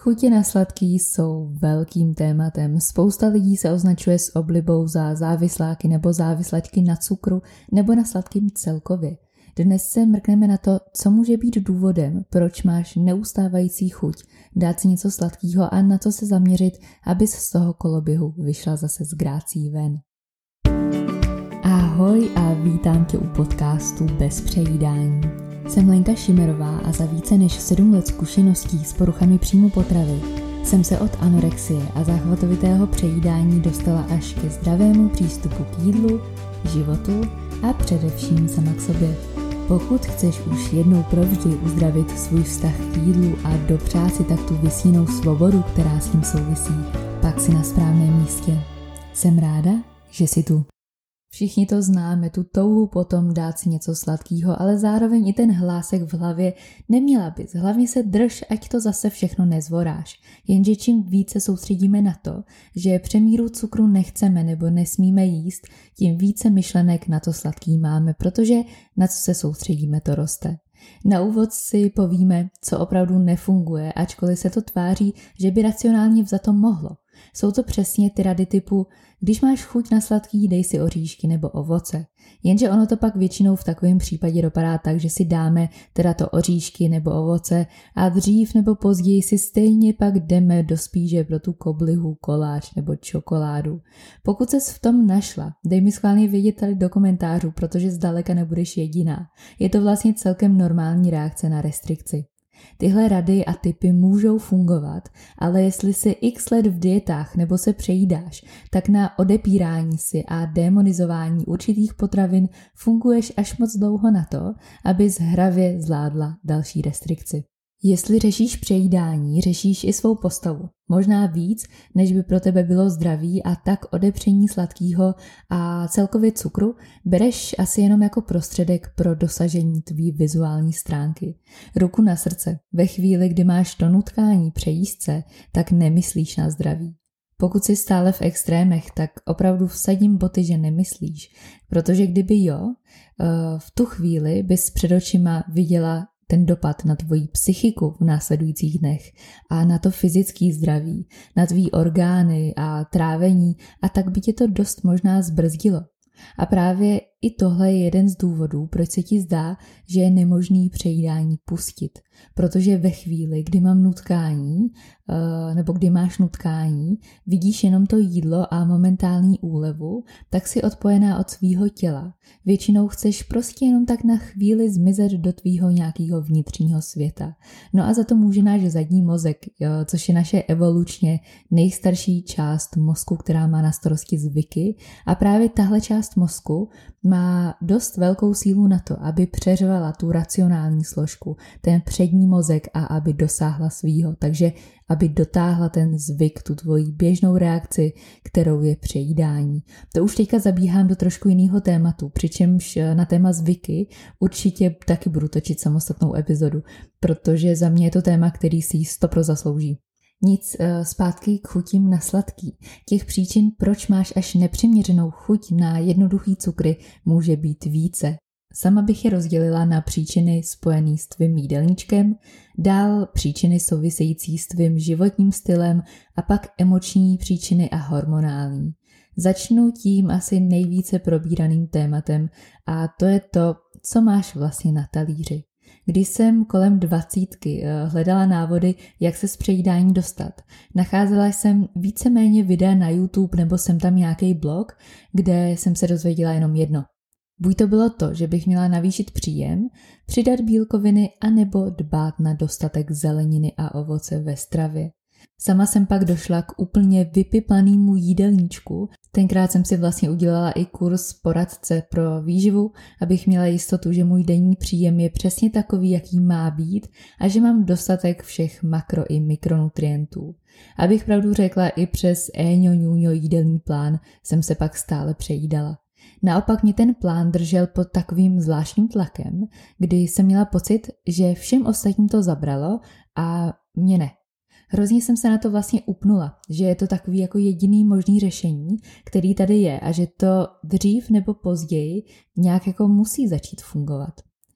Chutě na sladký jsou velkým tématem. Spousta lidí se označuje s oblibou za závisláky nebo závislačky na cukru nebo na sladkým celkově. Dnes se mrkneme na to, co může být důvodem, proč máš neustávající chuť dát si něco sladkého a na co se zaměřit, abys z toho koloběhu vyšla zase s grácí ven. Ahoj a vítám tě u podcastu Bez přejídání. Jsem Lenka Šimerová a za více než 7 let zkušeností s poruchami příjmu potravy jsem se od anorexie a záchvatovitého přejídání dostala až ke zdravému přístupu k jídlu, životu a především sama k sobě. Pokud chceš už jednou provždy uzdravit svůj vztah k jídlu a dopřát si tak tu vysněnou svobodu, která s tím souvisí, pak si na správném místě. Jsem ráda, že jsi tu. Všichni to známe, tu touhu potom dát si něco sladkého, ale zároveň i ten hlásek v hlavě neměla bys. Hlavně se drž, ať to zase všechno nezvoráš. Jenže čím více soustředíme na to, že přemíru cukru nechceme nebo nesmíme jíst, tím více myšlenek na to sladký máme, protože na co se soustředíme, to roste. Na úvod si povíme, co opravdu nefunguje, ačkoliv se to tváří, že by racionálně vzato mohlo. Jsou to přesně ty rady typu, když máš chuť na sladký, dej si oříšky nebo ovoce. Jenže ono to pak většinou v takovém případě dopadá tak, že si dáme teda to oříšky nebo ovoce a dřív nebo později si stejně pak jdeme do spíže pro tu koblihu, koláč nebo čokoládu. Pokud ses v tom našla, dej mi schválně vědět tady do komentářů, protože zdaleka nebudeš jediná. Je to vlastně celkem normální reakce na restrikci. Tyhle rady a tipy můžou fungovat, ale jestli jsi x let v dietách nebo se přejídáš, tak na odepírání si a demonizování určitých potravin funguješ až moc dlouho na to, abys hravě zvládla další restrikci. Jestli řešíš přejídání, řešíš i svou postavu. Možná víc, než by pro tebe bylo zdraví a tak odepření sladkého a celkově cukru bereš asi jenom jako prostředek pro dosažení tvý vizuální stránky. Ruku na srdce, ve chvíli, kdy máš to nutkání přejíst se, tak nemyslíš na zdraví. Pokud jsi stále v extrémech, tak opravdu vsadím boty, že nemyslíš, protože kdyby jo, v tu chvíli bys před očima viděla ten dopad na tvoji psychiku v následujících dnech a na to fyzické zdraví, na tvý orgány a trávení a tak by tě to dost možná zbrzdilo. A právě i tohle je jeden z důvodů, proč se ti zdá, že je nemožný přejídání pustit. Protože ve chvíli, kdy mám nutkání, nebo kdy máš nutkání, vidíš jenom to jídlo a momentální úlevu, tak si odpojená od svýho těla. Většinou chceš prostě jenom tak na chvíli zmizet do tvýho nějakého vnitřního světa. No a za to může náš zadní mozek, což je naše evolučně nejstarší část mozku, která má na starosti zvyky. A právě tahle část mozku má dost velkou sílu na to, aby přeřvala tu racionální složku, ten přední mozek a aby dosáhla svýho. Takže aby dotáhla ten zvyk, tu tvoji běžnou reakci, kterou je přejídání. To už teďka zabíhám do trošku jiného tématu, přičemž na téma zvyky určitě taky budu točit samostatnou epizodu, protože za mě je to téma, který si 100% zaslouží. Nic, zpátky k chutím na sladký. Těch příčin, proč máš až nepřiměřenou chuť na jednoduchý cukry, může být více. Sama bych je rozdělila na příčiny spojené s tvým jídelníčkem, dál příčiny související s tvým životním stylem a pak emoční příčiny a hormonální. Začnu tím asi nejvíce probíraným tématem a to je to, co máš vlastně na talíři. Když jsem kolem 20 hledala návody, jak se z přejídání dostat, nacházela jsem víceméně videa na YouTube nebo jsem tam nějaký blog, kde jsem se dozvěděla jenom jedno. Buď to bylo to, že bych měla navýšit příjem, přidat bílkoviny anebo dbát na dostatek zeleniny a ovoce ve stravě. Sama jsem pak došla k úplně vypiplanému jídelníčku. Tenkrát jsem si vlastně udělala i kurz poradce pro výživu, abych měla jistotu, že můj denní příjem je přesně takový, jaký má být a že mám dostatek všech makro i mikronutrientů. Abych pravdu řekla, i přes éňo jídelní plán jsem se pak stále přejídala. Naopak mě ten plán držel pod takovým zvláštním tlakem, kdy jsem měla pocit, že všem ostatním to zabralo a mě ne. Hrozně jsem se na to vlastně upnula, že je to takový jako jediný možný řešení, který tady je a že to dřív nebo později nějak jako musí začít fungovat.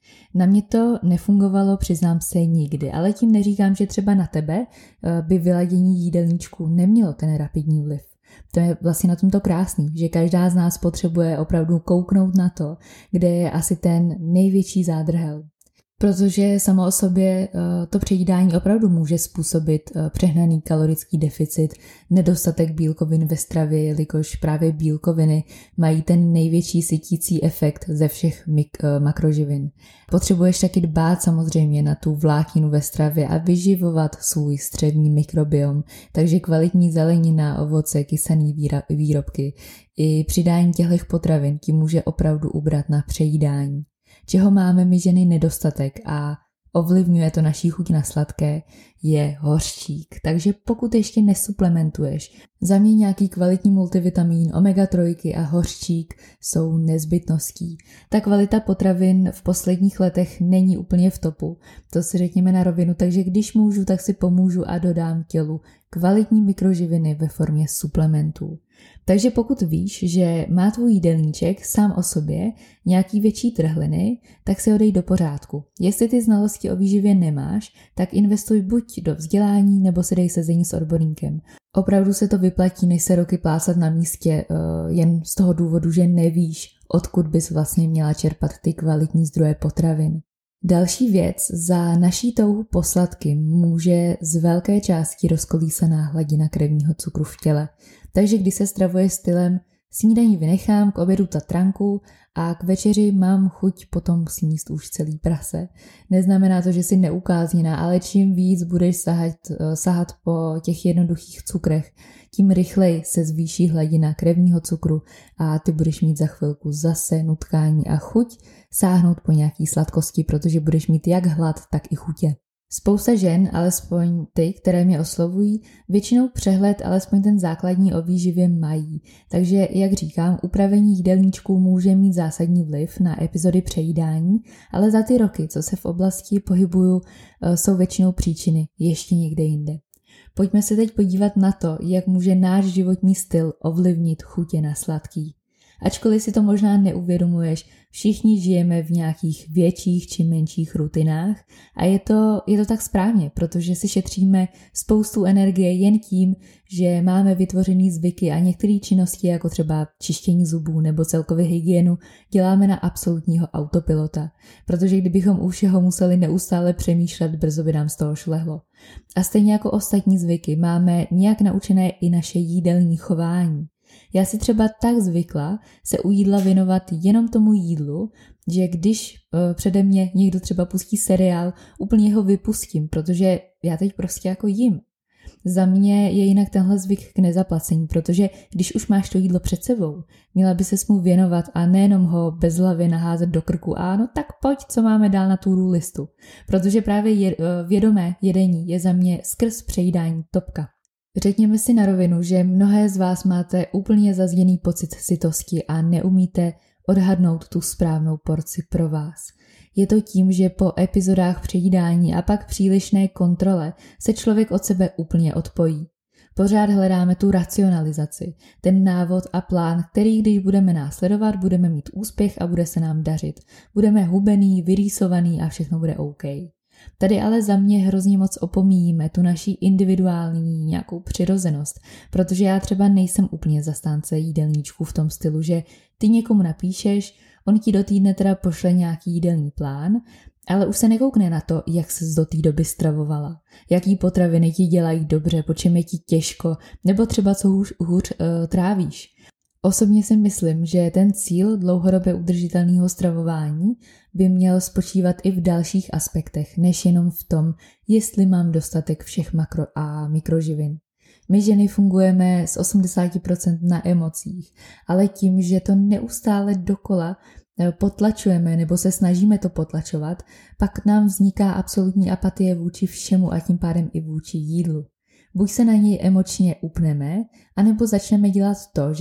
Na mě to nefungovalo, přiznám se, nikdy, ale tím neříkám, že třeba na tebe by vyladění jídelníčku nemělo ten rapidní vliv. To je vlastně na tomto krásný, že každá z nás potřebuje opravdu kouknout na to, kde je asi ten největší zádrhel. Protože samo o sobě to přejídání opravdu může způsobit přehnaný kalorický deficit, nedostatek bílkovin ve stravě, jelikož právě bílkoviny mají ten největší sytící efekt ze všech makroživin. Potřebuješ taky dbát samozřejmě na tu vlákninu ve stravě a vyživovat svůj střevní mikrobiom, takže kvalitní zelenina, ovoce, kysané výrobky i přidání těchto potravin ti může opravdu ubrat na přejídání. Čeho máme my ženy nedostatek a ovlivňuje to naší chuť na sladké, je hořčík. Takže pokud ještě nesuplementuješ, zaměň nějaký kvalitní multivitamin, omega-3 a hořčík jsou nezbytností. Ta kvalita potravin v posledních letech není úplně v topu, to si řekněme na rovinu, takže když můžu, tak si pomůžu a dodám tělu kvalitní mikroživiny ve formě suplementů. Takže pokud víš, že má tvůj jídelníček sám o sobě nějaký větší trhliny, tak si ho dej do pořádku. Jestli ty znalosti o výživě nemáš, tak investuj buď do vzdělání, nebo si dej sezení s odborníkem. Opravdu se to vyplatí, než se roky plácat na místě jen z toho důvodu, že nevíš, odkud bys vlastně měla čerpat ty kvalitní zdroje potravin. Další věc, za naší touhu po sladkým může z velké části rozkolísaná hladina krevního cukru v těle. Takže když se stravuje stylem snídaní vynechám, k obědu tatranku a k večeři mám chuť potom sníst už celý prase. Neznamená to, že jsi neukázněná, ale čím víc budeš sahat po těch jednoduchých cukrech, tím rychleji se zvýší hladina krevního cukru a ty budeš mít za chvilku zase nutkání a chuť sáhnout po nějaký sladkosti, protože budeš mít jak hlad, tak i chutě. Spousta žen, alespoň ty, které mě oslovují, většinou přehled, alespoň ten základní o výživě mají. Takže, jak říkám, upravení jídelníčků může mít zásadní vliv na epizody přejídání, ale za ty roky, co se v oblasti pohybuju, jsou většinou příčiny ještě někde jinde. Pojďme se teď podívat na to, jak může náš životní styl ovlivnit chutě na sladký. Ačkoliv si to možná neuvědomuješ, všichni žijeme v nějakých větších či menších rutinách a je to tak správně, protože si šetříme spoustu energie jen tím, že máme vytvořený zvyky a některé činnosti, jako třeba čištění zubů nebo celkově hygienu, děláme na absolutního autopilota, protože kdybychom u všeho museli neustále přemýšlet, brzo by nám z toho šlehlo. A stejně jako ostatní zvyky máme nějak naučené i naše jídelní chování. Já si třeba tak zvykla se u jídla věnovat jenom tomu jídlu, že když přede mě někdo třeba pustí seriál, úplně ho vypustím, protože já teď prostě jako jim. Za mě je jinak tenhle zvyk k nezaplacení, protože když už máš to jídlo před sebou, měla by ses mu věnovat a nejenom ho bezhlavě naházet do krku a no tak pojď, co máme dál na tu listu. Protože právě vědomé jedení je za mě skrz přejídání topka. Řekněme si na rovinu, že mnohé z vás máte úplně zazděný pocit sytosti a neumíte odhadnout tu správnou porci pro vás. Je to tím, že po epizodách přejídání a pak přílišné kontrole se člověk od sebe úplně odpojí. Pořád hledáme tu racionalizaci, ten návod a plán, který když budeme následovat, budeme mít úspěch a bude se nám dařit. Budeme hubený, vyrýsovaný a všechno bude OK. Tady ale za mě hrozně moc opomíjíme tu naší individuální nějakou přirozenost, protože já třeba nejsem úplně zastánce jídelníčku v tom stylu, že ty někomu napíšeš, on ti do týdne teda pošle nějaký jídelní plán, ale už se nekoukne na to, jak ses do té doby stravovala, jaký potraviny ti dělají dobře, po čem je ti těžko, nebo třeba co hůř trávíš. Osobně si myslím, že ten cíl dlouhodobě udržitelného stravování by měl spočívat i v dalších aspektech, než jenom v tom, jestli mám dostatek všech makro a mikroživin. My ženy fungujeme z 80% na emocích, ale tím, že to neustále dokola potlačujeme nebo se snažíme to potlačovat, pak nám vzniká absolutní apatie vůči všemu a tím pádem i vůči jídlu. Buď se na něj emočně upneme, anebo začneme dělat to,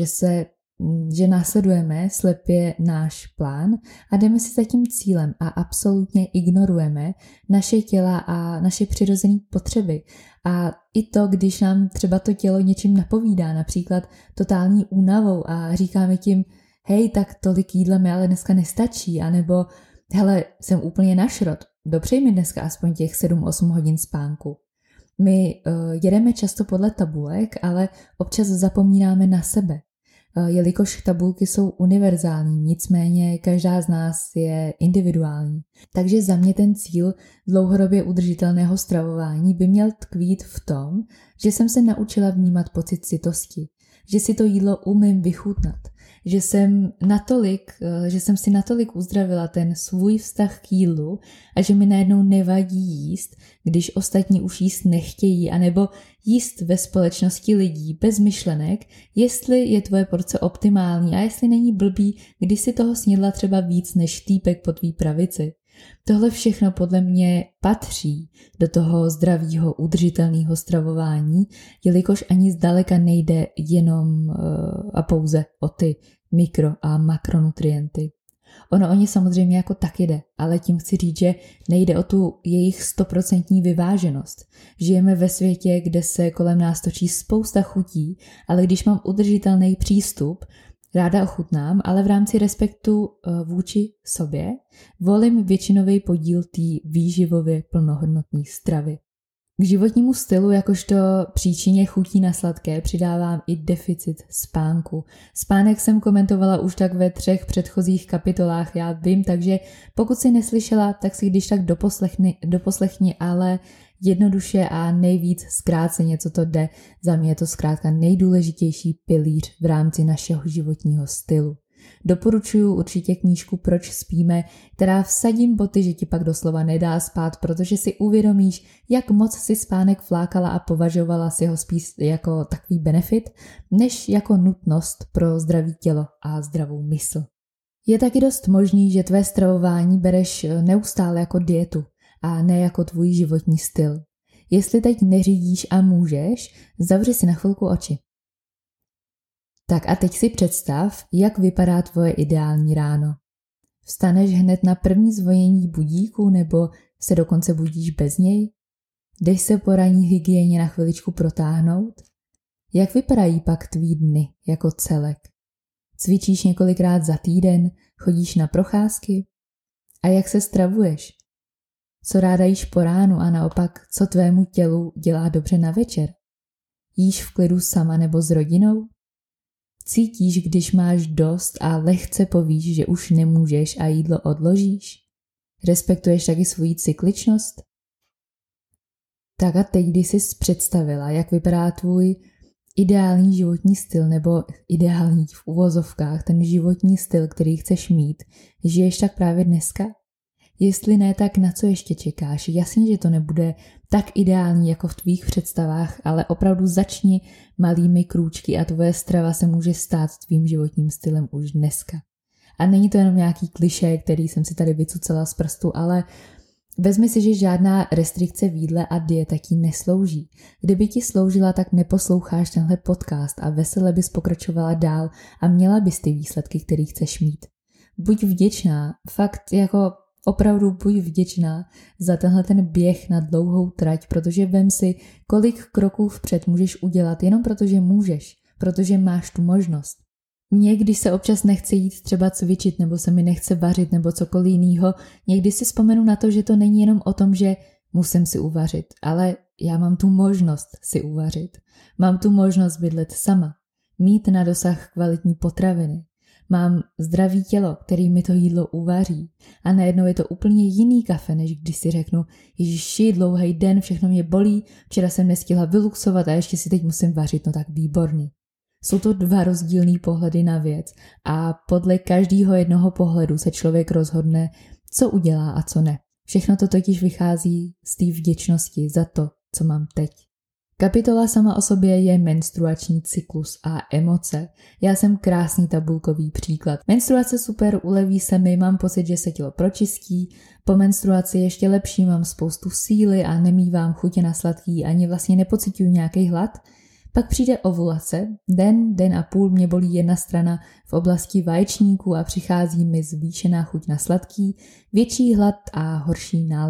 že následujeme slepě náš plán a jdeme si za tím cílem a absolutně ignorujeme naše těla a naše přirozené potřeby. A i to, když nám třeba to tělo něčím napovídá, například totální únavou a říkáme tím, hej, tak tolik jídla mi ale dneska nestačí, anebo Hele, jsem úplně na šrot, dopřej mi dneska aspoň těch 7-8 hodin spánku. My jedeme často podle tabulek, ale občas zapomínáme na sebe. Jelikož tabulky jsou univerzální, nicméně každá z nás je individuální. Takže za mě ten cíl dlouhodobě udržitelného stravování by měl tkvít v tom, že jsem se naučila vnímat pocit sytosti, že si to jídlo umím vychutnat, že jsem si natolik uzdravila ten svůj vztah k jídlu a že mi najednou nevadí jíst, když ostatní už jíst nechtějí, anebo jíst ve společnosti lidí bez myšlenek, jestli je tvoje porce optimální a jestli není blbý, když si toho snědla třeba víc než týpek po tvý pravici. Tohle všechno podle mě patří do toho zdravého, udržitelného stravování, jelikož ani zdaleka nejde jenom a pouze o ty mikro- a makronutrienty. Ono o ně samozřejmě jako tak jde, ale tím chci říct, že nejde o tu jejich 100% vyváženost. Žijeme ve světě, kde se kolem nás točí spousta chutí, ale když mám udržitelný přístup, ráda ochutnám, ale v rámci respektu vůči sobě volím většinový podíl té výživově plnohodnotné stravy. K životnímu stylu jakožto příčině chutí na sladké přidávám i deficit spánku. Spánek jsem komentovala už tak ve 3 předchozích kapitolách, já vím, takže pokud si neslyšela, tak si když tak doposlechni, ale jednoduše a nejvíc zkráceně, co to jde. Za mě je to zkrátka nejdůležitější pilíř v rámci našeho životního stylu. Doporučuji určitě knížku Proč spíme, která vsadím boty, že ti pak doslova nedá spát, protože si uvědomíš, jak moc si spánek flákala a považovala si ho spíš jako takový benefit, než jako nutnost pro zdravé tělo a zdravou mysl. Je taky dost možný, že tvé stravování bereš neustále jako dietu a ne jako tvůj životní styl. Jestli teď neřídíš a můžeš, zavři si na chvilku oči. Tak a teď si představ, jak vypadá tvoje ideální ráno. Vstaneš hned na první zvojení budíku nebo se dokonce budíš bez něj? Jdeš se po ranní hygieně na chviličku protáhnout? Jak vypadají pak tvý dny jako celek? Cvičíš několikrát za týden? Chodíš na procházky? A jak se stravuješ? Co ráda jíš po ránu a naopak, co tvému tělu dělá dobře na večer? Jíš v klidu sama nebo s rodinou? Cítíš, když máš dost a lehce povíš, že už nemůžeš a jídlo odložíš? Respektuješ taky svoji cykličnost? Tak a teď, když jsi představila, jak vypadá tvůj ideální životní styl, nebo ideální v uvozovkách, ten životní styl, který chceš mít, žiješ tak právě dneska? Jestli ne, tak na co ještě čekáš? Jasně, že to nebude tak ideální jako v tvých představách, ale opravdu začni malými krůčky a tvoje strava se může stát tvým životním stylem už dneska. A není to jenom nějaký klišé, který jsem si tady vycucala z prstu, ale vezmi si, že žádná restrikce v jídle a dieta ti neslouží. Kdyby ti sloužila, tak neposloucháš tenhle podcast a vesele bys pokračovala dál a měla bys ty výsledky, které chceš mít. Buď vděčná, fakt jako opravdu buď vděčná za tenhle ten běh na dlouhou trať, protože vem si, kolik kroků vpřed můžeš udělat jenom protože můžeš, protože máš tu možnost. Mně, když se občas nechce jít třeba cvičit, nebo se mi nechce vařit, nebo cokoliv jiného, někdy si vzpomenu na to, že to není jenom o tom, že musím si uvařit, ale já mám tu možnost si uvařit. Mám tu možnost bydlet sama, mít na dosah kvalitní potraviny. Mám zdravý tělo, který mi to jídlo uvaří a najednou je to úplně jiný kafe, než když si řeknu, ježiši, dlouhý den, všechno mě bolí, včera jsem nestihla vyluxovat a ještě si teď musím vařit, no tak výborný. Jsou to 2 rozdílný pohledy na věc a podle každého jednoho pohledu se člověk rozhodne, co udělá a co ne. Všechno to totiž vychází z té vděčnosti za to, co mám teď. Kapitola sama o sobě je menstruační cyklus a emoce. Já jsem krásný tabulkový příklad. Menstruace super, uleví se mi, mám pocit, že se tělo pročistí. Po menstruaci ještě lepší, mám spoustu síly a nemívám chutě na sladký, ani vlastně nepociťuju nějaký hlad. Pak přijde ovulace, den a půl mě bolí jedna strana v oblasti vaječníků a přichází mi zvýšená chuť na sladký, větší hlad a horší nálady.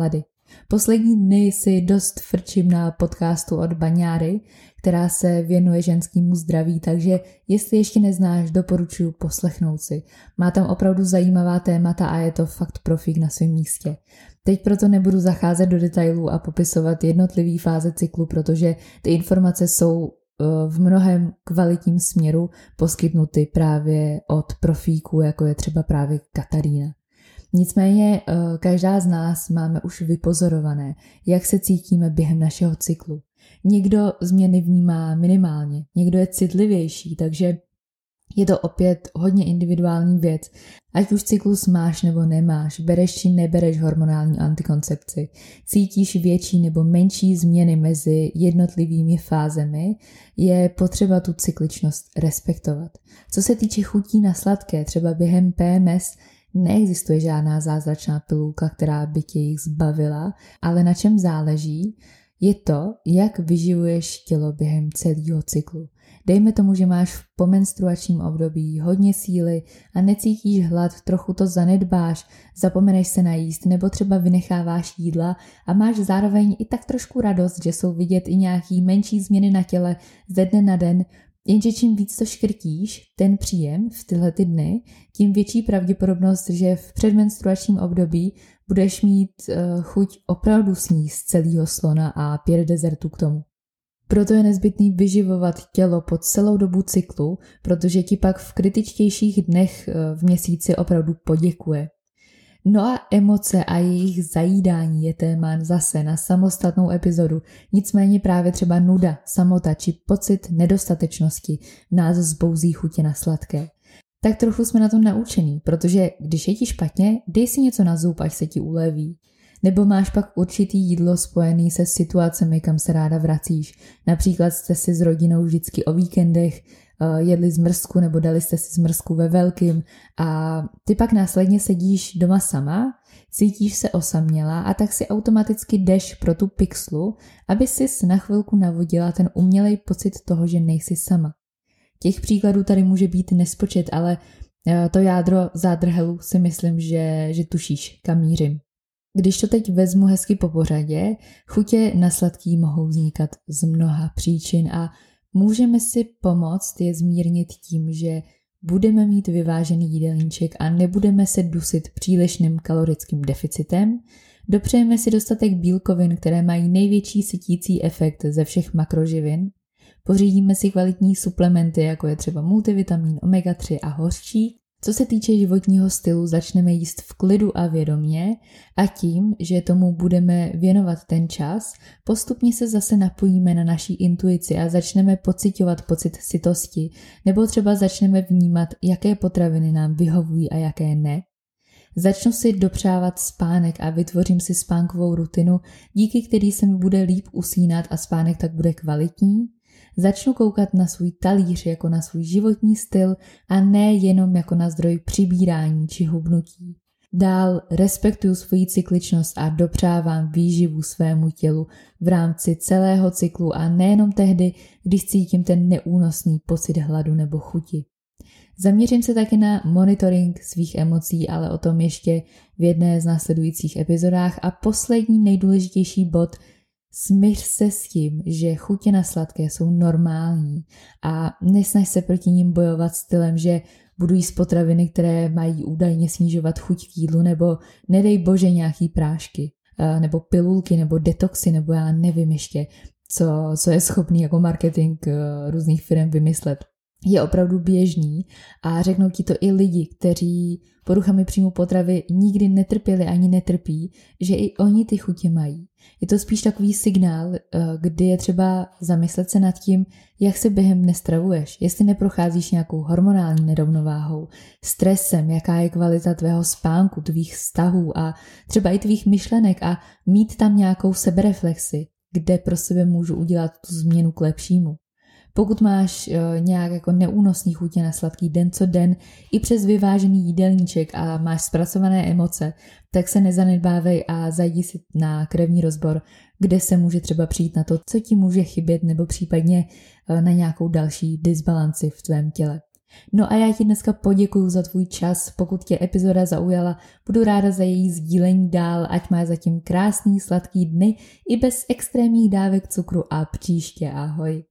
Poslední dny si dost frčím na podcastu od Baňáry, která se věnuje ženskému zdraví, takže jestli ještě neznáš, doporučuji poslechnout si. Má tam opravdu zajímavá témata a je to fakt profík na svém místě. Teď proto nebudu zacházet do detailů a popisovat jednotlivé fáze cyklu, protože ty informace jsou v mnohem kvalitním směru poskytnuty právě od profíků, jako je třeba právě Katarína. Nicméně každá z nás máme už vypozorované, jak se cítíme během našeho cyklu. Někdo změny vnímá minimálně, někdo je citlivější, takže je to opět hodně individuální věc. Ať už cyklus máš nebo nemáš, bereš či nebereš hormonální antikoncepci, cítíš větší nebo menší změny mezi jednotlivými fázemi, je potřeba tu cykličnost respektovat. Co se týče chutí na sladké, třeba během PMS, neexistuje žádná zázračná pilulka, která by tě jich zbavila, ale na čem záleží, je to, jak vyživuješ tělo během celého cyklu. Dejme tomu, že máš v pomenstruačním období hodně síly a necítíš hlad, trochu to zanedbáš, zapomeneš se najíst nebo třeba vynecháváš jídla a máš zároveň i tak trošku radost, že jsou vidět i nějaký menší změny na těle ze dne na den, jenže čím víc to škrtíš, ten příjem v tyhle ty dny, tím větší pravděpodobnost, že v předmenstruačním období budeš mít chuť opravdu sníst celýho slona a 5 dezertů k tomu. Proto je nezbytný vyživovat tělo po celou dobu cyklu, protože ti pak v kritičtějších dnech v měsíci opravdu poděkuje. No a emoce a jejich zajídání je téma zase na samostatnou epizodu, nicméně právě třeba nuda, samota či pocit nedostatečnosti nás zbouzí chutě na sladké. Tak trochu jsme na to naučení, protože když je ti špatně, dej si něco na zub, až se ti uleví. Nebo máš pak určitý jídlo spojený se situacemi, kam se ráda vracíš. Například jste si s rodinou vždycky o víkendech jedli zmrzku nebo dali jste si zmrzku ve velkým a ty pak následně sedíš doma sama, cítíš se osamělá a tak si automaticky jdeš pro tu pixlu, aby sis na chvilku navodila ten umělej pocit toho, že nejsi sama. Těch příkladů tady může být nespočet, ale to jádro zádrhelu si myslím, že tušíš, kam mířím. Když to teď vezmu hezky po pořadě, chutě na sladký mohou vznikat z mnoha příčin a můžeme si pomoct je zmírnit tím, že budeme mít vyvážený jídelníček a nebudeme se dusit přílišným kalorickým deficitem, dopřejeme si dostatek bílkovin, které mají největší sytící efekt ze všech makroživin, pořídíme si kvalitní suplementy, jako je třeba multivitamin, omega-3 a hořčík. Co se týče životního stylu, začneme jíst v klidu a vědomě a tím, že tomu budeme věnovat ten čas, postupně se zase napojíme na naší intuici a začneme pociťovat pocit sytosti, nebo třeba začneme vnímat, jaké potraviny nám vyhovují a jaké ne. Začnu si dopřávat spánek a vytvořím si spánkovou rutinu, díky který se mi bude líp usínat a spánek tak bude kvalitní. Začnu koukat na svůj talíř jako na svůj životní styl a ne jenom jako na zdroj přibírání či hubnutí. Dál respektuju svoji cykličnost a dopřávám výživu svému tělu v rámci celého cyklu a nejenom tehdy, když cítím ten neúnosný pocit hladu nebo chuti. Zaměřím se také na monitoring svých emocí, ale o tom ještě v jedné z následujících epizodách. A poslední nejdůležitější bod: smíř se s tím, že chutě na sladké jsou normální a nesnaž se proti nim bojovat stylem, že budu jíst potraviny, které mají údajně snižovat chuť k jídlu, nebo nedej bože nějaký prášky, nebo pilulky, nebo detoxy, nebo já nevím ještě, co je schopný jako marketing různých firm vymyslet. Je opravdu běžný a řeknou ti to i lidi, kteří poruchami příjmu potravy nikdy netrpěli ani netrpí, že i oni ty chutě mají. Je to spíš takový signál, kdy je třeba zamyslet se nad tím, jak se během dne stravuješ, jestli neprocházíš nějakou hormonální nerovnováhou, stresem, jaká je kvalita tvého spánku, tvých vztahů a třeba i tvých myšlenek a mít tam nějakou sebereflexi, kde pro sebe můžu udělat tu změnu k lepšímu. Pokud máš nějak jako neúnosný chutě na sladký den co den i přes vyvážený jídelníček a máš zpracované emoce, tak se nezanedbávej a zajdi si na krevní rozbor, kde se může třeba přijít na to, co ti může chybět nebo případně na nějakou další disbalanci v tvém těle. No a já ti dneska poděkuju za tvůj čas, pokud tě epizoda zaujala, budu ráda za její sdílení dál, ať máš zatím krásný sladký dny i bez extrémních dávek cukru a příště ahoj.